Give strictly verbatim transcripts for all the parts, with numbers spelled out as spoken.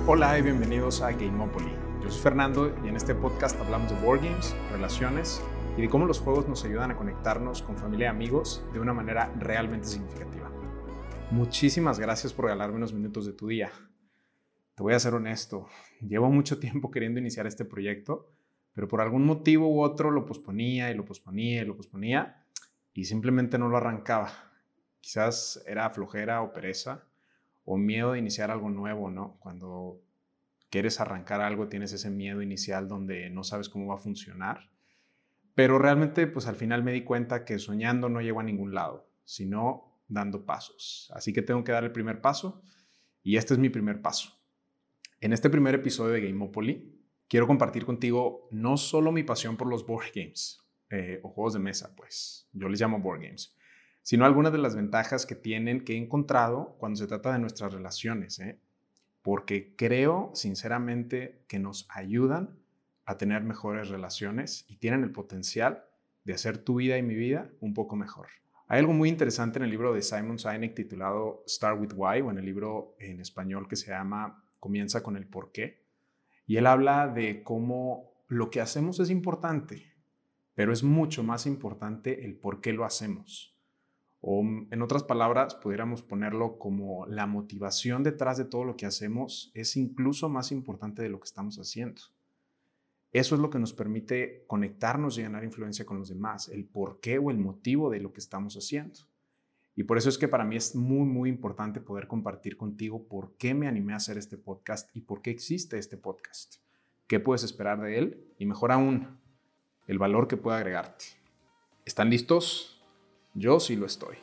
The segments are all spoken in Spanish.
Hola y bienvenidos a Gameopoly. Yo soy Fernando y en este podcast hablamos de board games, relaciones y de cómo los juegos nos ayudan a conectarnos con familia y amigos de una manera realmente significativa. Muchísimas gracias por regalarme unos minutos de tu día. Te voy a ser honesto, llevo mucho tiempo queriendo iniciar este proyecto, pero por algún motivo u otro lo posponía y lo posponía y lo posponía y simplemente no lo arrancaba. Quizás era flojera o pereza o miedo de iniciar algo nuevo, ¿no? Cuando quieres arrancar algo tienes ese miedo inicial donde no sabes cómo va a funcionar. Pero realmente, pues al final me di cuenta que soñando no llego a ningún lado, sino dando pasos. Así que tengo que dar el primer paso y este es mi primer paso. En este primer episodio de Gameopoly quiero compartir contigo no solo mi pasión por los board games eh, o juegos de mesa, pues yo les llamo board games, sino algunas de las ventajas que tienen que he encontrado cuando se trata de nuestras relaciones, ¿eh? Porque creo sinceramente que nos ayudan a tener mejores relaciones y tienen el potencial de hacer tu vida y mi vida un poco mejor. Hay algo muy interesante en el libro de Simon Sinek titulado Start with Why, o en el libro en español que se llama Comienza con el por qué, y él habla de cómo lo que hacemos es importante, pero es mucho más importante el por qué lo hacemos. O en otras palabras, pudiéramos ponerlo como la motivación detrás de todo lo que hacemos es incluso más importante de lo que estamos haciendo. Eso es lo que nos permite conectarnos y ganar influencia con los demás, el por qué o el motivo de lo que estamos haciendo. Y por eso es que para mí es muy, muy importante poder compartir contigo por qué me animé a hacer este podcast y por qué existe este podcast. ¿Qué puedes esperar de él? Y mejor aún, el valor que puede agregarte. ¿Están listos? Yo sí lo estoy.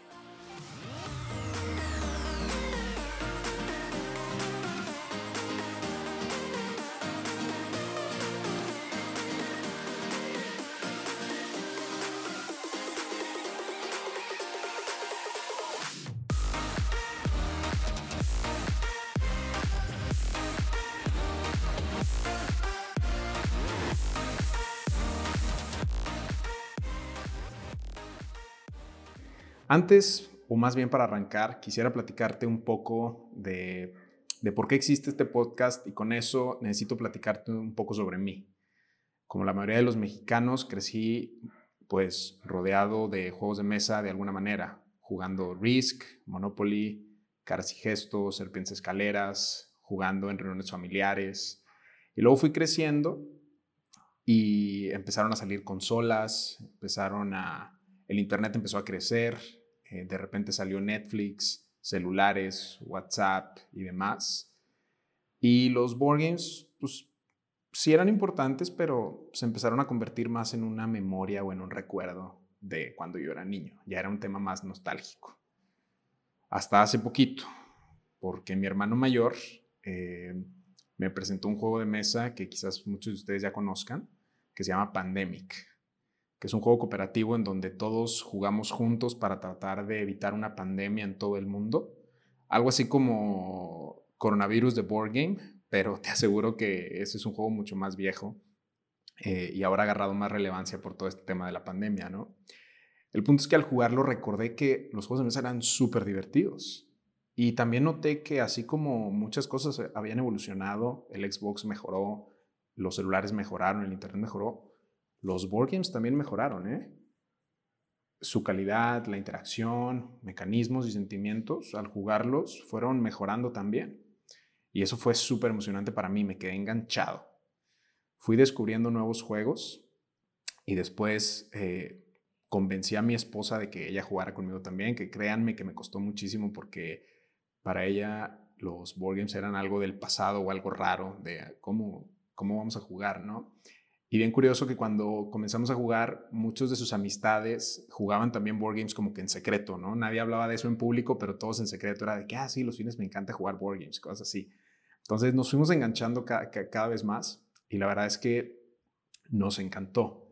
Antes, o más bien para arrancar, quisiera platicarte un poco de, de por qué existe este podcast y con eso necesito platicarte un poco sobre mí. Como la mayoría de los mexicanos, crecí pues rodeado de juegos de mesa de alguna manera, jugando Risk, Monopoly, Caras y Gestos, Serpientes Escaleras, jugando en reuniones familiares. Y luego fui creciendo y empezaron a salir consolas, empezaron a, el internet empezó a crecer. Eh, de repente salió Netflix, celulares, WhatsApp y demás. Y los board games, pues sí eran importantes, pero se empezaron a convertir más en una memoria o en un recuerdo de cuando yo era niño. Ya era un tema más nostálgico. Hasta hace poquito, porque mi hermano mayor eh, me presentó un juego de mesa que quizás muchos de ustedes ya conozcan, que se llama Pandemic, que es un juego cooperativo en donde todos jugamos juntos para tratar de evitar una pandemia en todo el mundo. Algo así como Coronavirus de Board Game, pero te aseguro que ese es un juego mucho más viejo eh, y ahora ha agarrado más relevancia por todo este tema de la pandemia, ¿no? El punto es que al jugarlo recordé que los juegos de mesa eran súper divertidos. Y también noté que así como muchas cosas habían evolucionado, el Xbox mejoró, los celulares mejoraron, el internet mejoró, los board games también mejoraron, ¿eh? Su calidad, la interacción, mecanismos y sentimientos al jugarlos fueron mejorando también. Y eso fue súper emocionante para mí, me quedé enganchado. Fui descubriendo nuevos juegos y después eh, convencí a mi esposa de que ella jugara conmigo también, que créanme que me costó muchísimo porque para ella los board games eran algo del pasado o algo raro, de cómo, cómo vamos a jugar, ¿no? Y bien curioso que cuando comenzamos a jugar, muchos de sus amistades jugaban también board games como que en secreto, ¿no? Nadie hablaba de eso en público, pero todos en secreto era de que, ah, sí, los fines me encanta jugar board games, cosas así. Entonces nos fuimos enganchando ca ca cada vez más y la verdad es que nos encantó.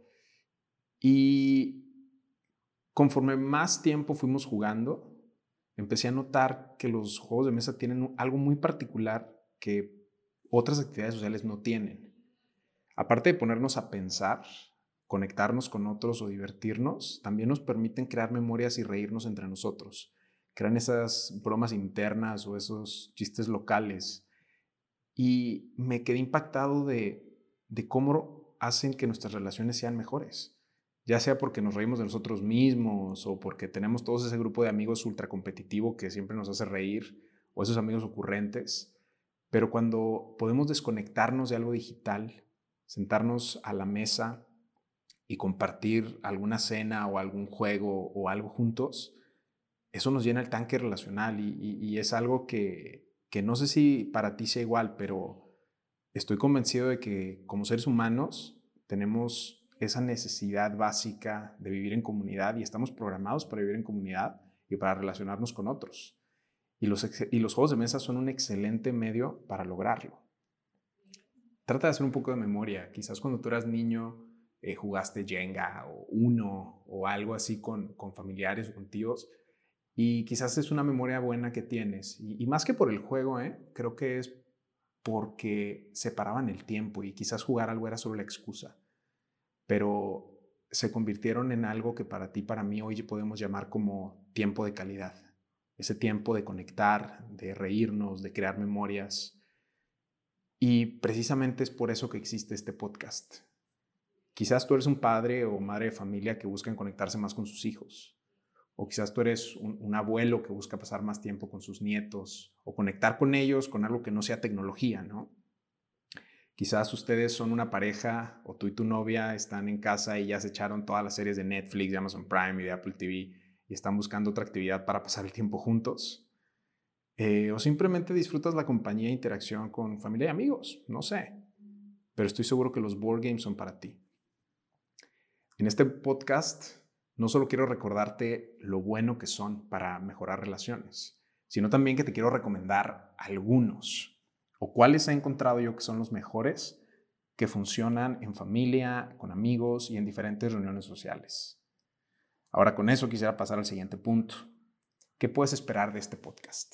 Y conforme más tiempo fuimos jugando, empecé a notar que los juegos de mesa tienen algo muy particular que otras actividades sociales no tienen. Aparte de ponernos a pensar, conectarnos con otros o divertirnos, también nos permiten crear memorias y reírnos entre nosotros. Crean esas bromas internas o esos chistes locales y me quedé impactado de, de cómo hacen que nuestras relaciones sean mejores. Ya sea porque nos reímos de nosotros mismos o porque tenemos todos ese grupo de amigos ultra competitivo que siempre nos hace reír, o esos amigos ocurrentes. Pero cuando podemos desconectarnos de algo digital, sentarnos a la mesa y compartir alguna cena o algún juego o algo juntos, eso nos llena el tanque relacional y, y, y es algo que, que no sé si para ti sea igual, pero estoy convencido de que como seres humanos tenemos esa necesidad básica de vivir en comunidad y estamos programados para vivir en comunidad y para relacionarnos con otros. Y los, y los juegos de mesa son un excelente medio para lograrlo. Trata de hacer un poco de memoria. Quizás cuando tú eras niño eh, jugaste Jenga o Uno o algo así con, con familiares o con tíos. Y quizás es una memoria buena que tienes. Y, y más que por el juego, ¿eh? Creo que es porque separaban el tiempo y quizás jugar algo era solo la excusa. Pero se convirtieron en algo que para ti, para mí, hoy podemos llamar como tiempo de calidad. Ese tiempo de conectar, de reírnos, de crear memorias. Y precisamente es por eso que existe este podcast. Quizás tú eres un padre o madre de familia que buscan conectarse más con sus hijos. O quizás tú eres un, un abuelo que busca pasar más tiempo con sus nietos o conectar con ellos con algo que no sea tecnología, ¿no? Quizás ustedes son una pareja o tú y tu novia están en casa y ya se echaron todas las series de Netflix, de Amazon Prime y de Apple T V y están buscando otra actividad para pasar el tiempo juntos. Eh, o simplemente disfrutas la compañía e interacción con familia y amigos, no sé. Pero estoy seguro que los board games son para ti. En este podcast no solo quiero recordarte lo bueno que son para mejorar relaciones, sino también que te quiero recomendar algunos o cuáles he encontrado yo que son los mejores que funcionan en familia, con amigos y en diferentes reuniones sociales. Ahora con eso quisiera pasar al siguiente punto. ¿Qué puedes esperar de este podcast?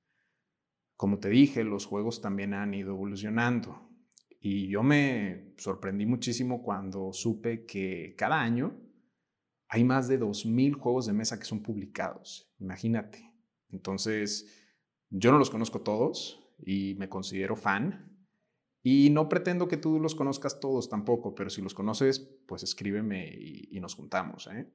Como te dije, los juegos también han ido evolucionando y yo me sorprendí muchísimo cuando supe que cada año hay más de dos mil juegos de mesa que son publicados. Imagínate. Entonces, yo no los conozco todos y me considero fan. Y no pretendo que tú los conozcas todos tampoco, pero si los conoces, pues escríbeme y, y nos juntamos, ¿eh?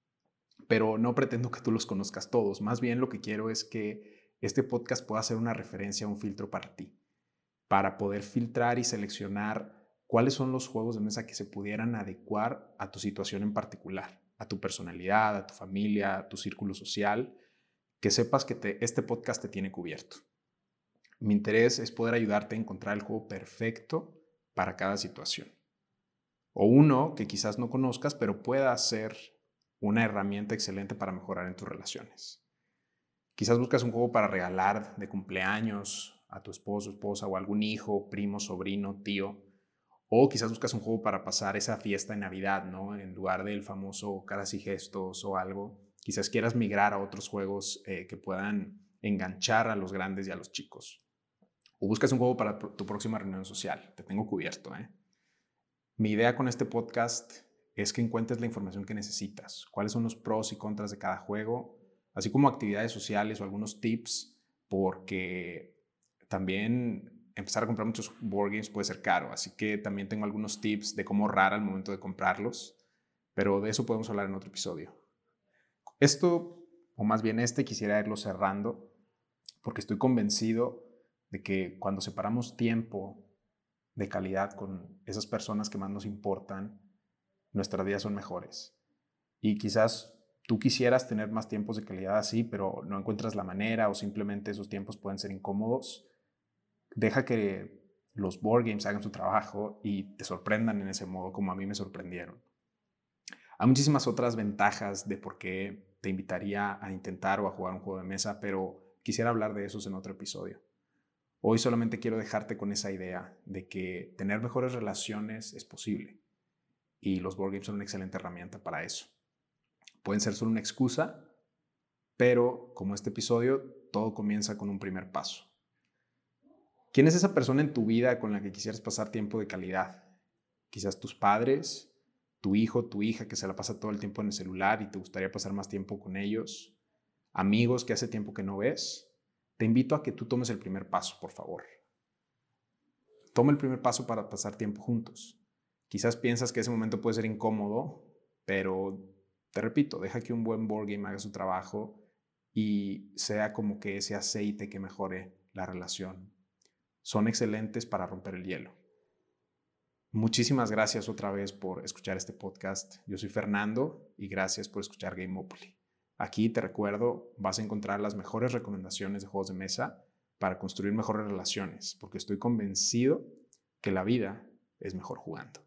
Pero no pretendo que tú los conozcas todos. Más bien lo que quiero es que este podcast pueda ser una referencia, un filtro para ti, para poder filtrar y seleccionar cuáles son los juegos de mesa que se pudieran adecuar a tu situación en particular, a tu personalidad, a tu familia, a tu círculo social, que sepas que te, este podcast te tiene cubierto. Mi interés es poder ayudarte a encontrar el juego perfecto para cada situación. O uno que quizás no conozcas, pero pueda ser una herramienta excelente para mejorar en tus relaciones. Quizás buscas un juego para regalar de cumpleaños a tu esposo, esposa o algún hijo, primo, sobrino, tío. O quizás buscas un juego para pasar esa fiesta en Navidad, ¿no? En lugar del famoso caras y gestos o algo. Quizás quieras migrar a otros juegos eh, que puedan enganchar a los grandes y a los chicos. O buscas un juego para tu próxima reunión social. Te tengo cubierto, ¿eh? Mi idea con este podcast es que encuentres la información que necesitas. Cuáles son los pros y contras de cada juego, así como actividades sociales o algunos tips, porque también empezar a comprar muchos board games puede ser caro. Así que también tengo algunos tips de cómo ahorrar al momento de comprarlos, pero de eso podemos hablar en otro episodio. Esto, o más bien este, quisiera irlo cerrando, porque estoy convencido de que cuando separamos tiempo de calidad con esas personas que más nos importan, nuestras vidas son mejores. Y quizás tú quisieras tener más tiempos de calidad así, pero no encuentras la manera o simplemente esos tiempos pueden ser incómodos. Deja que los board games hagan su trabajo y te sorprendan en ese modo como a mí me sorprendieron. Hay muchísimas otras ventajas de por qué te invitaría a intentar o a jugar un juego de mesa, pero quisiera hablar de esos en otro episodio. Hoy solamente quiero dejarte con esa idea de que tener mejores relaciones es posible y los board games son una excelente herramienta para eso. Pueden ser solo una excusa, pero como este episodio, todo comienza con un primer paso. ¿Quién es esa persona en tu vida con la que quisieras pasar tiempo de calidad? Quizás tus padres, tu hijo, tu hija que se la pasa todo el tiempo en el celular y te gustaría pasar más tiempo con ellos, amigos que hace tiempo que no ves. Te invito a que tú tomes el primer paso, por favor. toma el primer paso para pasar tiempo juntos. Quizás piensas que ese momento puede ser incómodo, pero te repito, deja que un buen board game haga su trabajo y sea como que ese aceite que mejore la relación. Son excelentes para romper el hielo. Muchísimas gracias otra vez por escuchar este podcast. Yo soy Fernando y gracias por escuchar Gameopoly. Aquí te recuerdo, vas a encontrar las mejores recomendaciones de juegos de mesa para construir mejores relaciones, porque estoy convencido que la vida es mejor jugando.